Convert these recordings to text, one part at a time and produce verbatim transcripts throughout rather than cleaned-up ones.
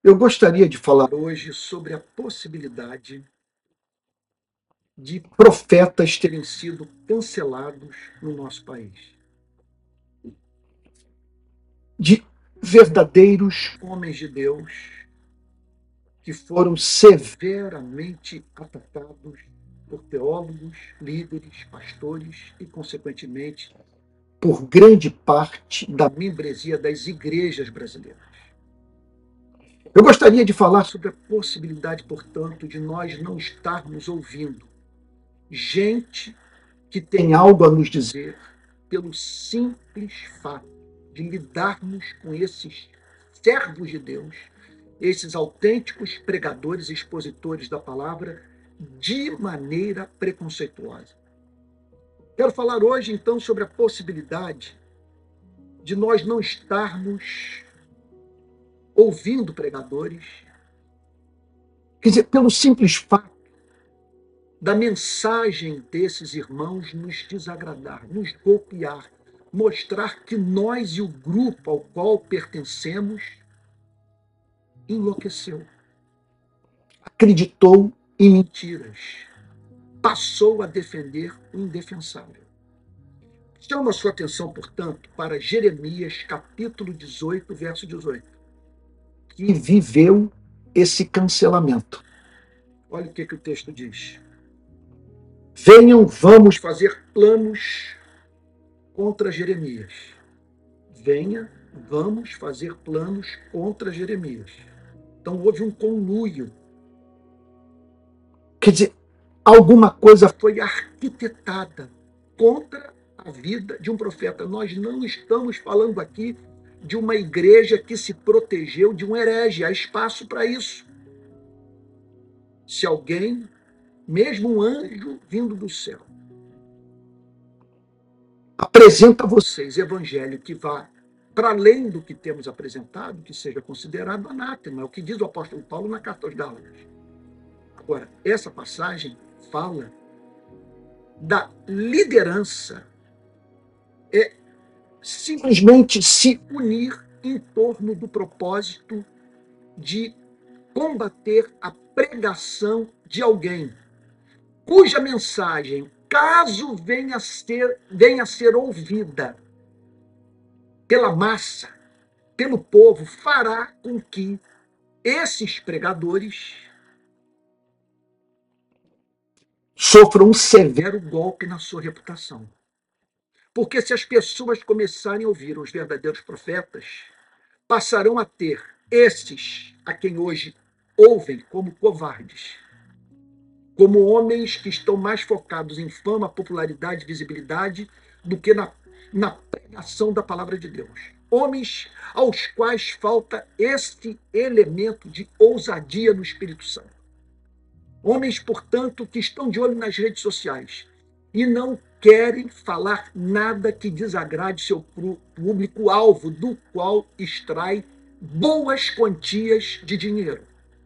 Eu gostaria de falar hoje sobre a possibilidade de profetas terem sido cancelados no nosso país. De verdadeiros homens de Deus que foram severamente atacados por teólogos, líderes, pastores e, consequentemente, por grande parte da membresia das igrejas brasileiras. Eu gostaria de falar sobre a possibilidade, portanto, de nós não estarmos ouvindo gente que tem algo a nos dizer pelo simples fato de lidarmos com esses servos de Deus, esses autênticos pregadores e expositores da palavra, de maneira preconceituosa. Quero falar hoje, então, sobre a possibilidade de nós não estarmos ouvindo pregadores, quer dizer, pelo simples fato da mensagem desses irmãos nos desagradar, nos golpear, mostrar que nós e o grupo ao qual pertencemos enlouqueceu, acreditou em mentiras, passou a defender o indefensável. Chama a sua atenção, portanto, para Jeremias, capítulo dezoito, verso dezoito, que viveu esse cancelamento. Olha o que, que o texto diz. Venham, vamos fazer planos contra Jeremias. Venha, vamos fazer planos contra Jeremias. Então houve um conluio. Quer dizer, alguma coisa foi arquitetada contra a vida de um profeta. Nós não estamos falando aqui de uma igreja que se protegeu de um herege. Há espaço para isso. Se alguém, mesmo um anjo vindo do céu, apresenta a vocês evangelho que vá para além do que temos apresentado, que seja considerado anátema, é o que diz o apóstolo Paulo na carta aos Gálatas. Agora, essa passagem fala da liderança, é simplesmente se unir em torno do propósito de combater a pregação de alguém cuja mensagem, caso venha a ser, venha a ser ouvida pela massa, pelo povo, fará com que esses pregadores sofram um severo golpe na sua reputação. Porque se as pessoas começarem a ouvir os verdadeiros profetas, passarão a ter esses a quem hoje ouvem como covardes, como homens que estão mais focados em fama, popularidade, visibilidade, do que na, na pregação da palavra de Deus. Homens aos quais falta este elemento de ousadia no Espírito Santo. Homens, portanto, que estão de olho nas redes sociais e não querem falar nada que desagrade seu público-alvo, do qual extrai boas quantias de dinheiro.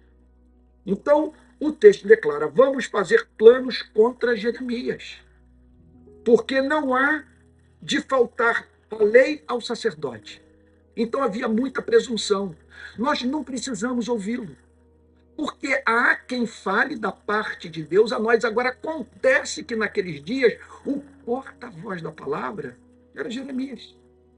Então, o texto declara, vamos fazer planos contra Jeremias, porque não há de faltar a lei ao sacerdote. Então havia muita presunção. Nós não precisamos ouvi-lo, porque há quem fale da parte de Deus a nós. Agora, acontece que naqueles dias o porta-voz da palavra era Jeremias.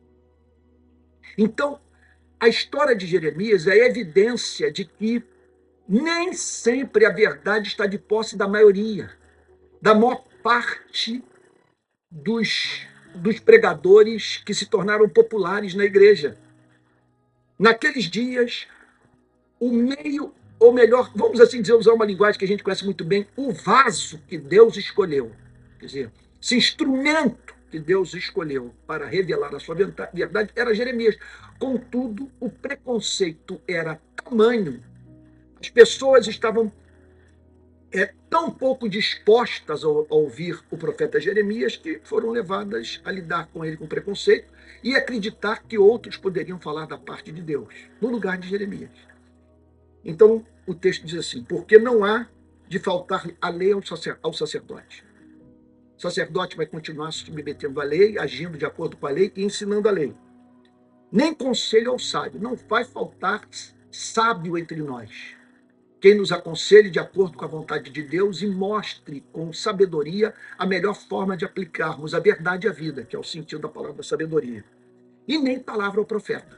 Então, a história de Jeremias é evidência de que nem sempre a verdade está de posse da maioria, da maior parte dos, dos pregadores que se tornaram populares na igreja. Naqueles dias, o meio, ou melhor, vamos assim dizer, usar uma linguagem que a gente conhece muito bem, o vaso que Deus escolheu, quer dizer, esse instrumento que Deus escolheu para revelar a sua verdade era Jeremias. Contudo, o preconceito era tamanho, as pessoas estavam é, tão pouco dispostas a, a ouvir o profeta Jeremias que foram levadas a lidar com ele com preconceito e acreditar que outros poderiam falar da parte de Deus, no lugar de Jeremias. Então, o texto diz assim, porque não há de faltar a lei ao sacerdote. O sacerdote vai continuar se submetendo à lei, agindo de acordo com a lei e ensinando a lei. Nem conselho ao sábio, não vai faltar sábio entre nós, quem nos aconselhe de acordo com a vontade de Deus e mostre com sabedoria a melhor forma de aplicarmos a verdade à vida, que é o sentido da palavra sabedoria. E nem palavra ao profeta.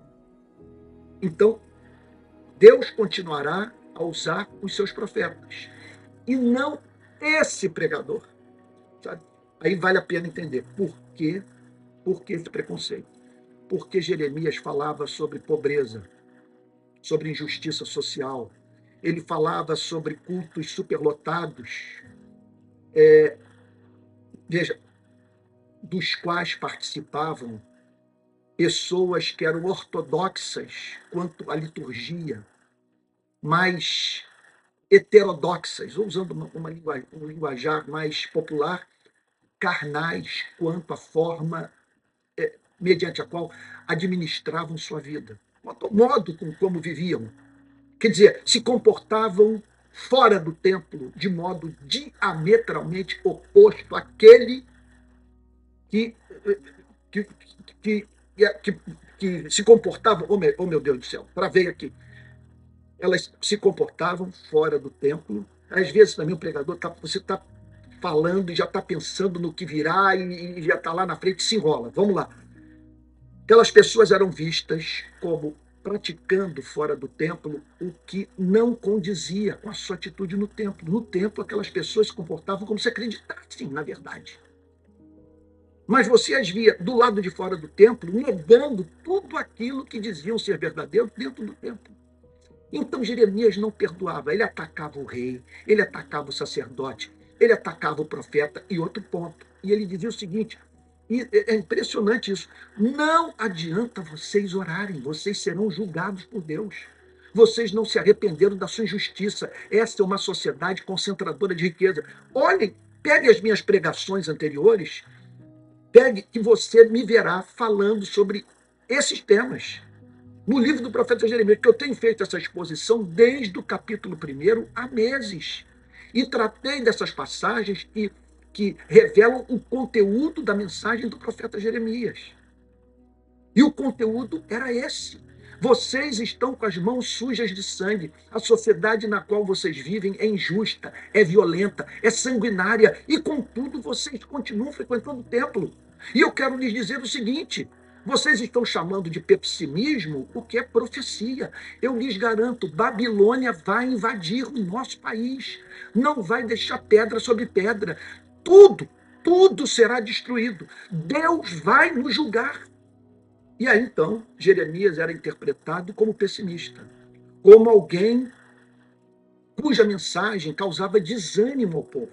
Então, Deus continuará a usar os seus profetas. E não esse pregador. Sabe? Aí vale a pena entender por quê, por que esse preconceito. Porque Jeremias falava sobre pobreza, sobre injustiça social. Ele falava sobre cultos superlotados, é, veja, dos quais participavam pessoas que eram ortodoxas quanto à liturgia, mas heterodoxas, ou usando uma, uma linguagem, um linguajar mais popular, carnais quanto à forma é, mediante a qual administravam sua vida, o modo com como viviam. Quer dizer, se comportavam fora do templo de modo diametralmente oposto àquele que, que, que, que, que se comportava, oh meu, oh meu Deus do céu, travei aqui, elas se comportavam fora do templo. Às vezes também o pregador, tá, você está falando e já está pensando no que virá e, e já está lá na frente e se enrola. Vamos lá. Aquelas pessoas eram vistas como praticando fora do templo o que não condizia com a sua atitude no templo. No templo, aquelas pessoas se comportavam como se acreditassem na verdade. Mas você as via do lado de fora do templo, negando tudo aquilo que diziam ser verdadeiro dentro do templo. Então Jeremias não perdoava, ele atacava o rei, ele atacava o sacerdote, ele atacava o profeta. E outro ponto, e ele dizia o seguinte, e é impressionante isso, não adianta vocês orarem, vocês serão julgados por Deus. Vocês não se arrependeram da sua injustiça. Essa é uma sociedade concentradora de riqueza. Olhem, pegue as minhas pregações anteriores, pegue que você me verá falando sobre esses temas. No livro do profeta Jeremias, que eu tenho feito essa exposição desde o capítulo primeiro há meses. E tratei dessas passagens que, que revelam o conteúdo da mensagem do profeta Jeremias. E o conteúdo era esse. Vocês estão com as mãos sujas de sangue. A sociedade na qual vocês vivem é injusta, é violenta, é sanguinária. E, contudo, vocês continuam frequentando o templo. E eu quero lhes dizer o seguinte: vocês estão chamando de pessimismo o que é profecia. Eu lhes garanto, Babilônia vai invadir o nosso país. Não vai deixar pedra sobre pedra. Tudo, tudo será destruído. Deus vai nos julgar. E aí, então, Jeremias era interpretado como pessimista, como alguém cuja mensagem causava desânimo ao povo.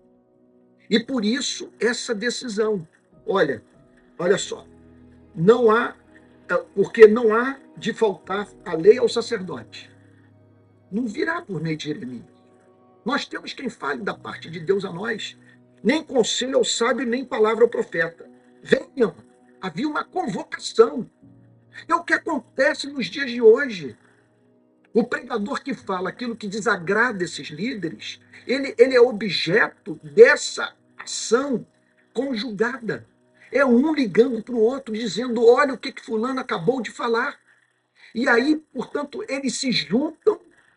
E por isso, essa decisão. Olha, olha só. Não há, porque não há de faltar a lei ao sacerdote. Não virá por meio de Jeremias. Nós temos quem fale da parte de Deus a nós. Nem conselho ao sábio, nem palavra ao profeta. Venham. Havia uma convocação. É o que acontece nos dias de hoje. O pregador que fala aquilo que desagrada esses líderes, ele, ele é objeto dessa ação conjugada. É um ligando para o outro, dizendo, olha o que, que fulano acabou de falar. E aí, portanto, eles se juntam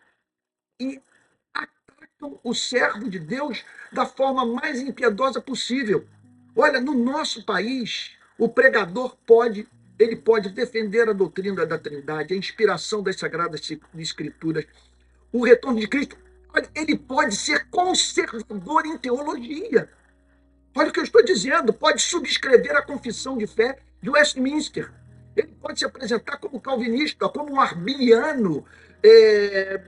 e atacam o servo de Deus da forma mais impiedosa possível. Olha, no nosso país, o pregador pode, ele pode defender a doutrina da Trindade, a inspiração das Sagradas Escrituras, o retorno de Cristo. Olha, ele pode ser conservador em teologia. Olha o que eu estou dizendo, pode subscrever a confissão de fé de Westminster. Ele pode se apresentar como calvinista, como um arminiano, é,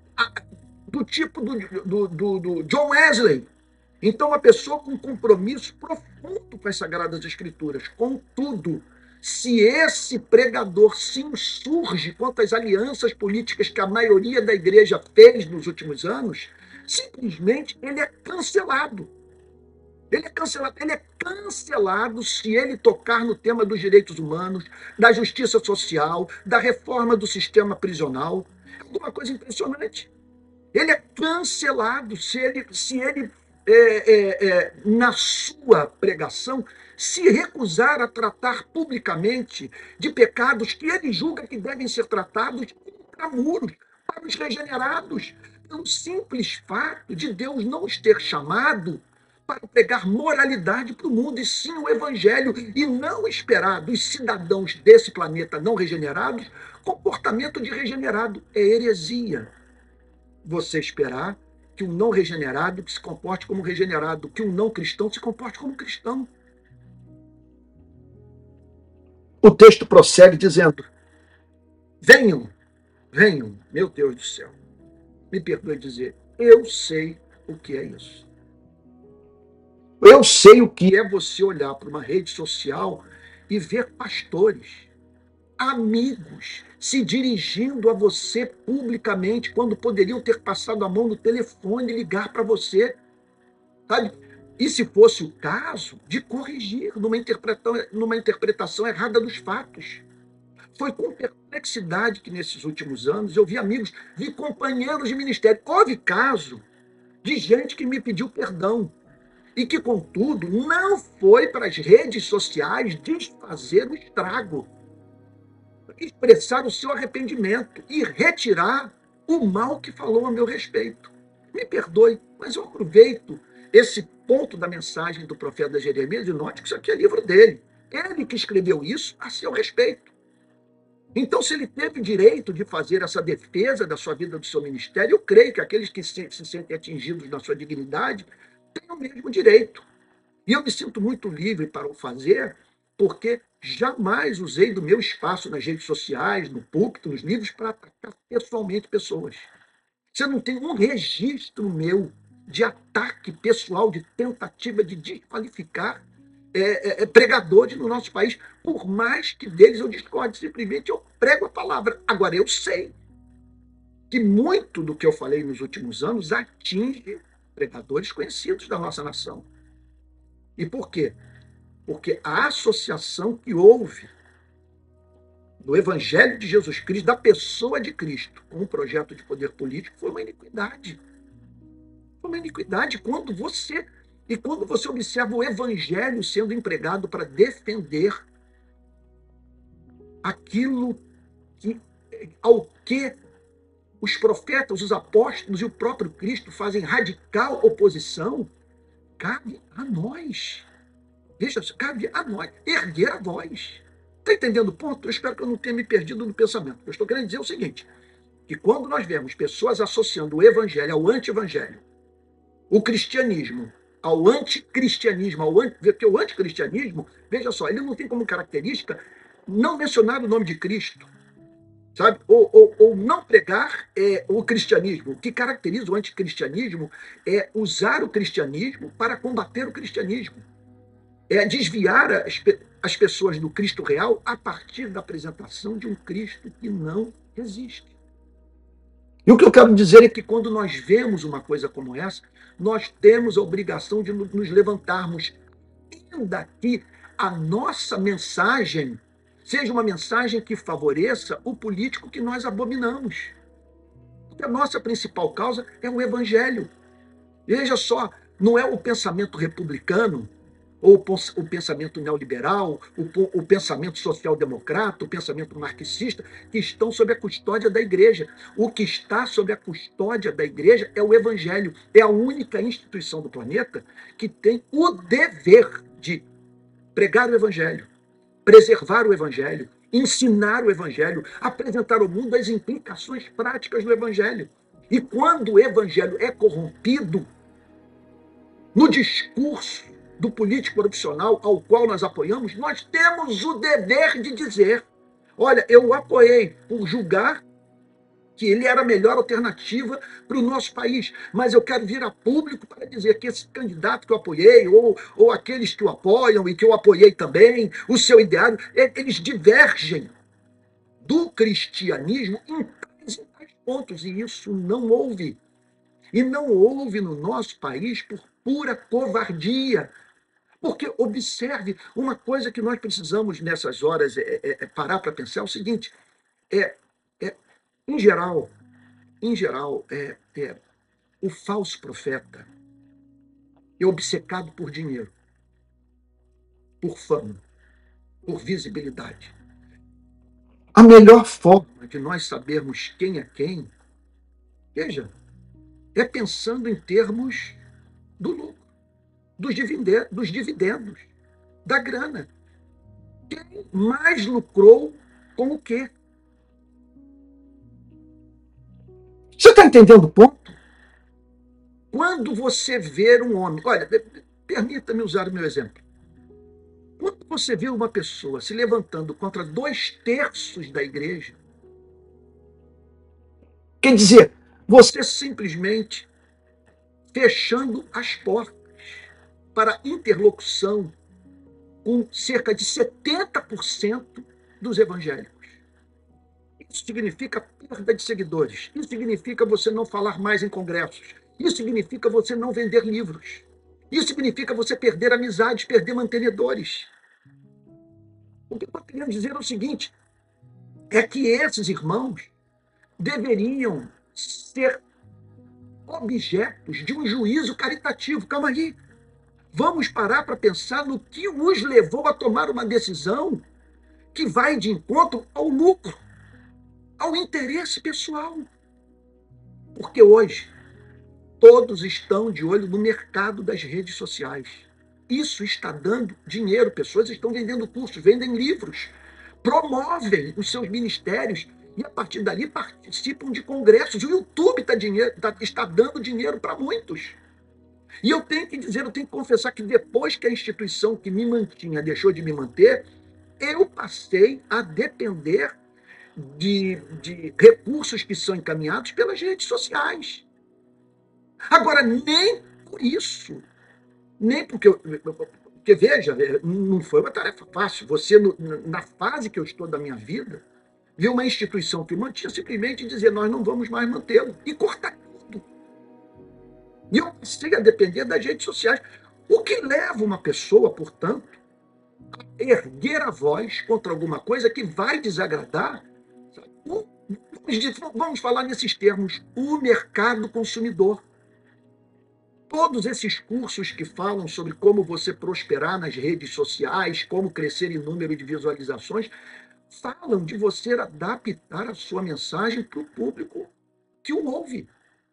do tipo do, do, do, do John Wesley. Então, uma pessoa com um compromisso profundo com as Sagradas Escrituras. Contudo, se esse pregador se insurge contra as alianças políticas que a maioria da igreja fez nos últimos anos, simplesmente ele é cancelado. Ele é cancelado. Ele é cancelado se ele tocar no tema dos direitos humanos, da justiça social, da reforma do sistema prisional. É alguma coisa impressionante. Ele é cancelado se ele, se ele é, é, é, na sua pregação, se recusar a tratar publicamente de pecados que ele julga que devem ser tratados extramuros, para os regenerados, pelo simples fato de Deus não os ter chamado para pregar moralidade para o mundo, e sim o evangelho, e não esperar dos cidadãos desse planeta não regenerados comportamento de regenerado. É heresia você esperar que um não regenerado se comporte como regenerado, que um não cristão se comporte como cristão. O texto prossegue dizendo: venham, venham, meu Deus do céu, me perdoe dizer, eu sei o que é isso. Eu sei o que é você olhar para uma rede social e ver pastores, amigos, se dirigindo a você publicamente, quando poderiam ter passado a mão no telefone e ligar para você, sabe? E se fosse o caso, de corrigir numa interpretação, numa interpretação errada dos fatos. Foi com perplexidade que, nesses últimos anos, eu vi amigos, vi companheiros de ministério. Houve caso de gente que me pediu perdão e que, contudo, não foi para as redes sociais desfazer o estrago, expressar o seu arrependimento e retirar o mal que falou a meu respeito. Me perdoe, mas eu aproveito esse ponto da mensagem do profeta Jeremias e note que isso aqui é livro dele. Ele que escreveu isso a seu respeito. Então, se ele teve direito de fazer essa defesa da sua vida, do seu ministério, eu creio que aqueles que se, se sentem atingidos na sua dignidade têm o mesmo direito. E eu me sinto muito livre para o fazer, porque jamais usei do meu espaço nas redes sociais, no púlpito, nos livros, para atacar pessoalmente pessoas. Você não tem um registro meu de ataque pessoal, de tentativa de desqualificar é, é, pregadores no nosso país, por mais que deles eu discorde, simplesmente eu prego a palavra. Agora, eu sei que muito do que eu falei nos últimos anos atinge pregadores conhecidos da nossa nação. E por quê? Porque a associação que houve do Evangelho de Jesus Cristo, da pessoa de Cristo, com o projeto de poder político, foi uma iniquidade. Foi uma iniquidade quando você... E quando você observa o Evangelho sendo empregado para defender aquilo que, ao que os profetas, os apóstolos e o próprio Cristo fazem radical oposição, cabe a nós. Veja, cabe a nós erguer a voz. Está entendendo o ponto? Eu espero que eu não tenha me perdido no pensamento. Eu estou querendo dizer o seguinte, que quando nós vemos pessoas associando o evangelho ao anti-evangelho, o cristianismo ao anticristianismo, ao anti... porque o anticristianismo, veja só, ele não tem como característica não mencionar o nome de Cristo, sabe? Ou, ou, ou não pregar é, o cristianismo. O que caracteriza o anticristianismo é usar o cristianismo para combater o cristianismo. É desviar as, as pessoas do Cristo real a partir da apresentação de um Cristo que não existe. E o que eu quero dizer é que quando nós vemos uma coisa como essa, nós temos a obrigação de nos levantarmos, ainda que a nossa mensagem seja uma mensagem que favoreça o político que nós abominamos. Porque a nossa principal causa é o evangelho. Veja só, não é o pensamento republicano, ou o pensamento neoliberal, o, o pensamento social-democrata, o pensamento marxista, que estão sob a custódia da igreja. O que está sob a custódia da igreja é o evangelho. É a única instituição do planeta que tem o dever de pregar o evangelho, preservar o evangelho, ensinar o evangelho, apresentar ao mundo as implicações práticas do evangelho. E quando o evangelho é corrompido, no discurso do político profissional ao qual nós apoiamos, nós temos o dever de dizer, olha, eu o apoiei por julgar que ele era a melhor alternativa para o nosso país, mas eu quero vir a público para dizer que esse candidato que eu apoiei, ou, ou aqueles que o apoiam e que eu apoiei também, o seu ideário, eles divergem do cristianismo em tais e tais pontos, e isso não houve. E não houve no nosso país por pura covardia. Porque, observe, uma coisa que nós precisamos nessas horas é, é, é parar para pensar é o seguinte, é, é, em geral, em geral, é, é, o falso profeta é obcecado por dinheiro, por fama, por visibilidade. A melhor forma de nós sabermos quem é quem, veja, é pensando em termos do lucro, dos dividendos, dos dividendos, da grana. Quem mais lucrou com o quê? Você está entendendo o ponto? Quando você vê um homem, olha, permita-me usar o meu exemplo. Quando você vê uma pessoa se levantando contra dois terços da igreja, quer dizer, você simplesmente fechando as portas para interlocução com cerca de setenta por cento dos evangélicos. Isso significa perda de seguidores. Isso significa você não falar mais em congressos. Isso significa você não vender livros. Isso significa você perder amizades, perder mantenedores. O que eu estou querendo dizer é o seguinte, é que esses irmãos deveriam ser objetos de um juízo caritativo. Calma aí. Vamos parar para pensar no que os levou a tomar uma decisão que vai de encontro ao lucro, ao interesse pessoal. Porque hoje todos estão de olho no mercado das redes sociais. Isso está dando dinheiro. Pessoas estão vendendo cursos, vendem livros, promovem os seus ministérios e, a partir dali, participam de congressos. O YouTube tá dinheiro, tá, está dando dinheiro para muitos. E eu tenho que dizer, eu tenho que confessar que depois que a instituição que me mantinha deixou de me manter, eu passei a depender de, de recursos que são encaminhados pelas redes sociais. Agora, nem por isso, nem porque, eu, porque veja, não foi uma tarefa fácil. Você, na fase que eu estou da minha vida, viu uma instituição que mantinha simplesmente dizer nós não vamos mais mantê-lo e cortar tudo. E eu passei a depender das redes sociais. O que leva uma pessoa, portanto, a erguer a voz contra alguma coisa que vai desagradar, o, vamos falar nesses termos, o mercado consumidor. Todos esses cursos que falam sobre como você prosperar nas redes sociais, como crescer em número de visualizações, falam de você adaptar a sua mensagem para o público que o ouve.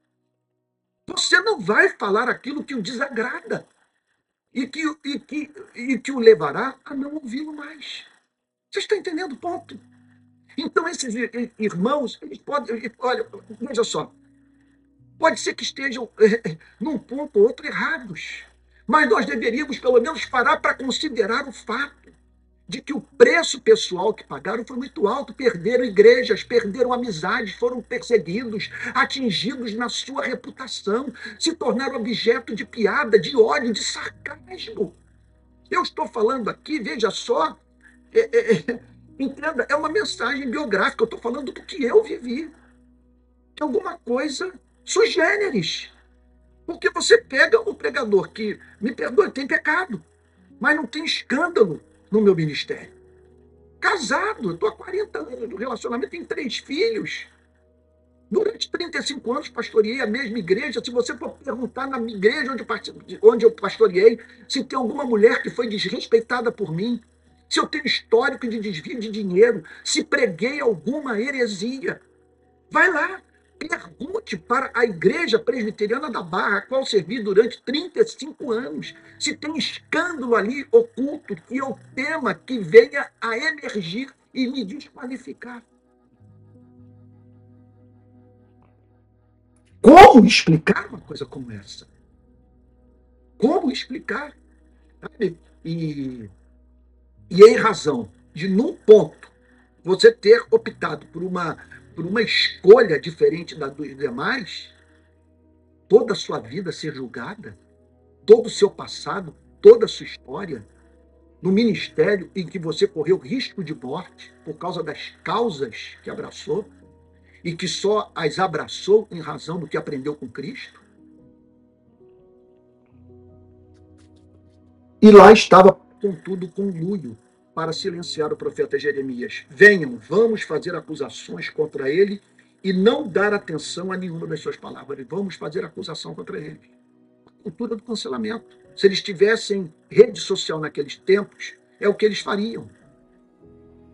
Você não vai falar aquilo que o desagrada e que, e que, e que o levará a não ouvi-lo mais. Você está entendendo o ponto? Então, esses irmãos, eles podem. Olha, veja só. Pode ser que estejam é, num ponto ou outro errados, mas nós deveríamos, pelo menos, parar para considerar o fato de que o preço pessoal que pagaram foi muito alto. Perderam igrejas, perderam amizades, foram perseguidos, atingidos na sua reputação, se tornaram objeto de piada, de ódio, de sarcasmo. Eu estou falando aqui, veja só, é, é, é, entenda, é uma mensagem biográfica, eu estou falando do que eu vivi. De alguma coisa sui generis. Porque você pega um pregador que, me perdoe, tem pecado, mas não tem escândalo no meu ministério. Casado, eu estou há quarenta anos no relacionamento, tenho três filhos. Durante trinta e cinco anos pastoreei a mesma igreja. Se você for perguntar na minha igreja onde eu pastoreei, se tem alguma mulher que foi desrespeitada por mim, se eu tenho histórico de desvio de dinheiro, se preguei alguma heresia, vai lá, pergunte para a Igreja Presbiteriana da Barra, a qual servi durante trinta e cinco anos, se tem escândalo ali oculto que eu tema que venha a emergir e me desqualificar. Como explicar uma coisa como essa? Como explicar? Sabe? E, e em razão de, num ponto, você ter optado por uma, por uma escolha diferente da dos demais, toda a sua vida ser julgada, todo o seu passado, toda a sua história, no ministério em que você correu risco de morte por causa das causas que abraçou e que só as abraçou em razão do que aprendeu com Cristo. E lá estava, contudo, conluio para silenciar o profeta Jeremias. Venham, vamos fazer acusações contra ele e não dar atenção a nenhuma das suas palavras. Vamos fazer acusação contra ele. A cultura do cancelamento. Se eles tivessem rede social naqueles tempos, é o que eles fariam.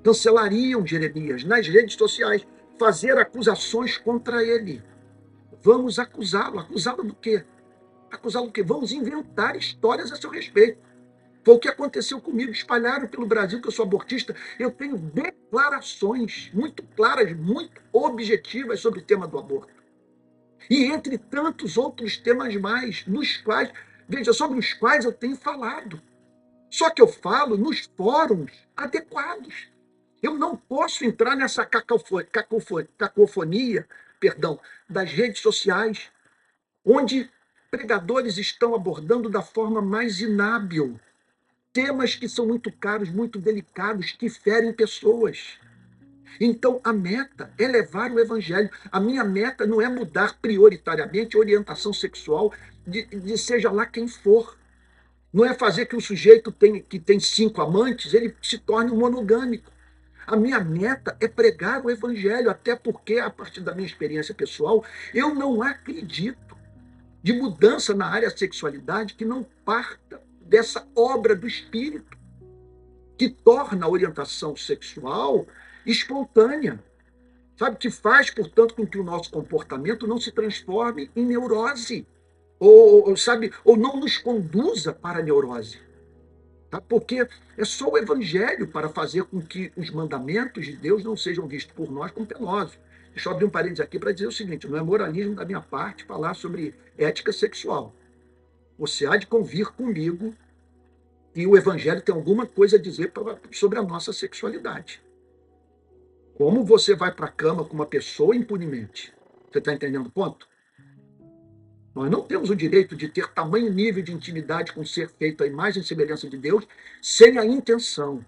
cancelariam Jeremias nas redes sociais, fazer acusações contra ele. Vamos acusá-lo. Acusá-lo do quê? Acusá-lo do quê? Vamos inventar histórias a seu respeito. Foi o que aconteceu comigo. Espalharam pelo Brasil que eu sou abortista. Eu tenho declarações muito claras, muito objetivas sobre o tema do aborto. E entre tantos outros temas mais, nos quais, veja, sobre os quais eu tenho falado. Só que eu falo nos fóruns adequados. Eu não posso entrar nessa cacofonia, cacofonia, perdão, das redes sociais, onde pregadores estão abordando da forma mais inábil temas que são muito caros, muito delicados, que ferem pessoas. Então, a meta é levar o evangelho. A minha meta não é mudar prioritariamente a orientação sexual de, de seja lá quem for. Não é fazer que o sujeito tem, que tem cinco amantes, ele se torne um monogâmico. A minha meta é pregar o evangelho, até porque, a partir da minha experiência pessoal, eu não acredito de mudança na área da sexualidade que não parta dessa obra do Espírito, que torna a orientação sexual espontânea, sabe? Que faz, portanto, com que o nosso comportamento não se transforme em neurose, ou, ou sabe, ou não nos conduza para a neurose. Tá? Porque é só o evangelho para fazer com que os mandamentos de Deus não sejam vistos por nós como penosos. Deixa eu abrir um parênteses aqui para dizer o seguinte: não é moralismo da minha parte falar sobre ética sexual. Você há de convir comigo e o evangelho tem alguma coisa a dizer pra, sobre a nossa sexualidade. Como você vai para a cama com uma pessoa impunemente? Você está entendendo o ponto? Nós não temos o direito de ter tamanho nível de intimidade com um ser feito à imagem e semelhança de Deus sem a intenção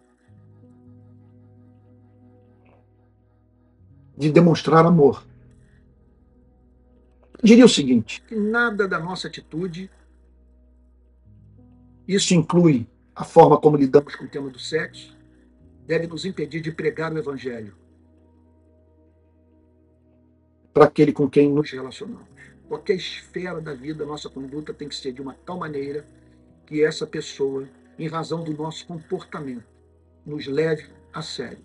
de demonstrar amor. Eu diria o seguinte, que nada da nossa atitude, isso inclui a forma como lidamos com o tema do sexo, deve nos impedir de pregar o evangelho para aquele com quem nos relacionamos. Qualquer esfera da vida, a nossa conduta tem que ser de uma tal maneira que essa pessoa, em razão do nosso comportamento, nos leve a sério.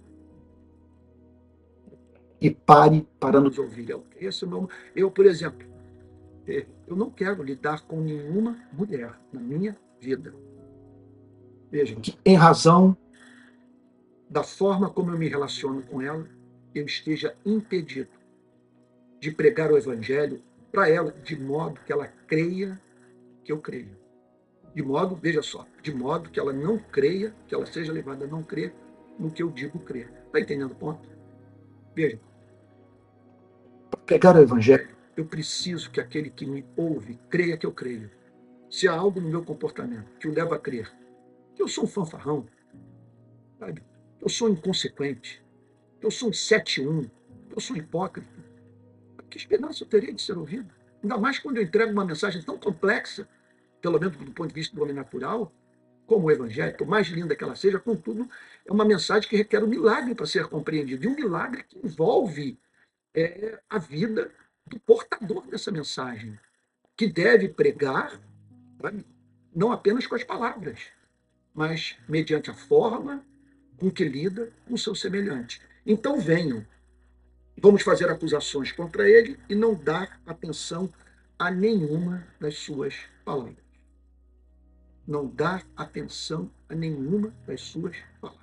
E pare para nos ouvir. Esse é o meu... Eu, por exemplo, eu não quero lidar com nenhuma mulher na minha vida. Veja, que em razão da forma como eu me relaciono com ela, eu esteja impedido de pregar o evangelho para ela, de modo que ela creia que eu creio. De modo, veja só, de modo que ela não creia, que ela seja levada a não crer no que eu digo crer. Está entendendo o ponto? Veja, para pregar o evangelho, eu preciso que aquele que me ouve creia que eu creio. Se há algo no meu comportamento que o leva a crer que eu sou um fanfarrão, sabe? Eu sou inconsequente, eu sou um sete um, eu sou hipócrita, que esperança eu terei de ser ouvido? Ainda mais quando eu entrego uma mensagem tão complexa, pelo menos do ponto de vista do homem natural, como o evangelho, por mais linda que ela seja, contudo, é uma mensagem que requer um milagre para ser compreendido, e um milagre que envolve é, a vida do portador dessa mensagem, que deve pregar, sabe? Não apenas com as palavras, mas mediante a forma com que lida com o seu semelhante. Então venham, vamos fazer acusações contra ele e não dar atenção a nenhuma das suas palavras. Não dar atenção a nenhuma das suas palavras.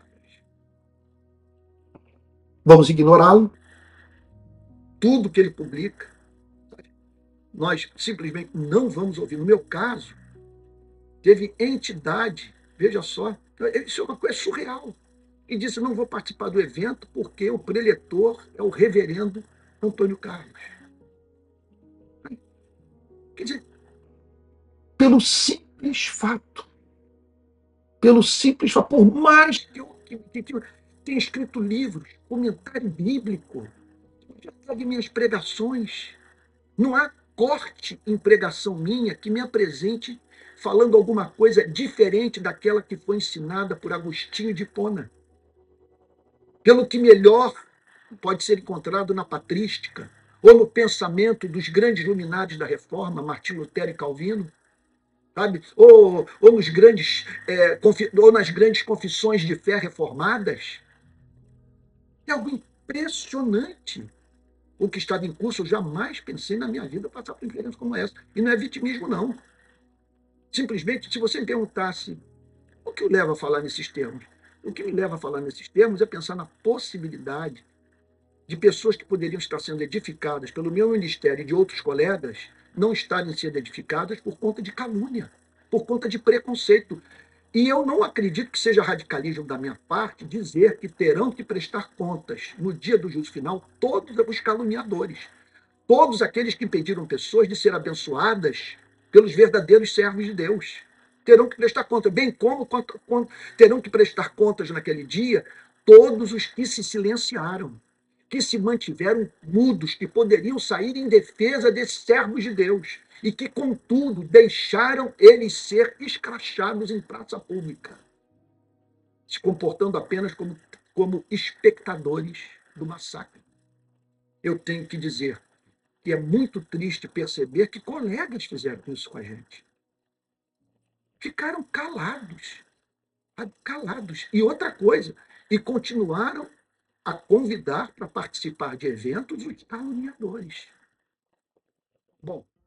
Vamos ignorá-lo. Tudo que ele publica, nós simplesmente não vamos ouvir. No meu caso, teve entidade, veja só, isso é uma coisa surreal. E disse, não vou participar do evento porque o preletor é o reverendo Antônio Carlos. Quer dizer, pelo simples fato, pelo simples fato, por mais que eu que, que, que tenha escrito livros, comentário bíblico, já sabe minhas pregações, não há corte em pregação minha que me apresente falando alguma coisa diferente daquela que foi ensinada por Agostinho de Hipona. Pelo que melhor pode ser encontrado na patrística, ou no pensamento dos grandes luminares da Reforma, Martinho Lutero e Calvino, sabe? Ou, ou, nos grandes, é, ou nas grandes confissões de fé reformadas. É algo impressionante o que estava em curso. Eu jamais pensei na minha vida passar por experiências como essa. E não é vitimismo, não. Simplesmente, se você me perguntasse o que o leva a falar nesses termos, o que me leva a falar nesses termos é pensar na possibilidade de pessoas que poderiam estar sendo edificadas pelo meu ministério e de outros colegas não estarem sendo edificadas por conta de calúnia, por conta de preconceito. E eu não acredito que seja radicalismo da minha parte dizer que terão que prestar contas no dia do juízo final todos os caluniadores, todos aqueles que impediram pessoas de ser abençoadas pelos verdadeiros servos de Deus. Terão que prestar contas, bem como terão que prestar contas naquele dia todos os que se silenciaram, que se mantiveram mudos, que poderiam sair em defesa desses servos de Deus e que, contudo, deixaram eles ser escrachados em praça pública, se comportando apenas como, como espectadores do massacre. Eu tenho que dizer que é muito triste perceber que colegas fizeram isso com a gente. Ficaram calados, calados. E outra coisa, e continuaram a convidar para participar de eventos os caluniadores. Bom,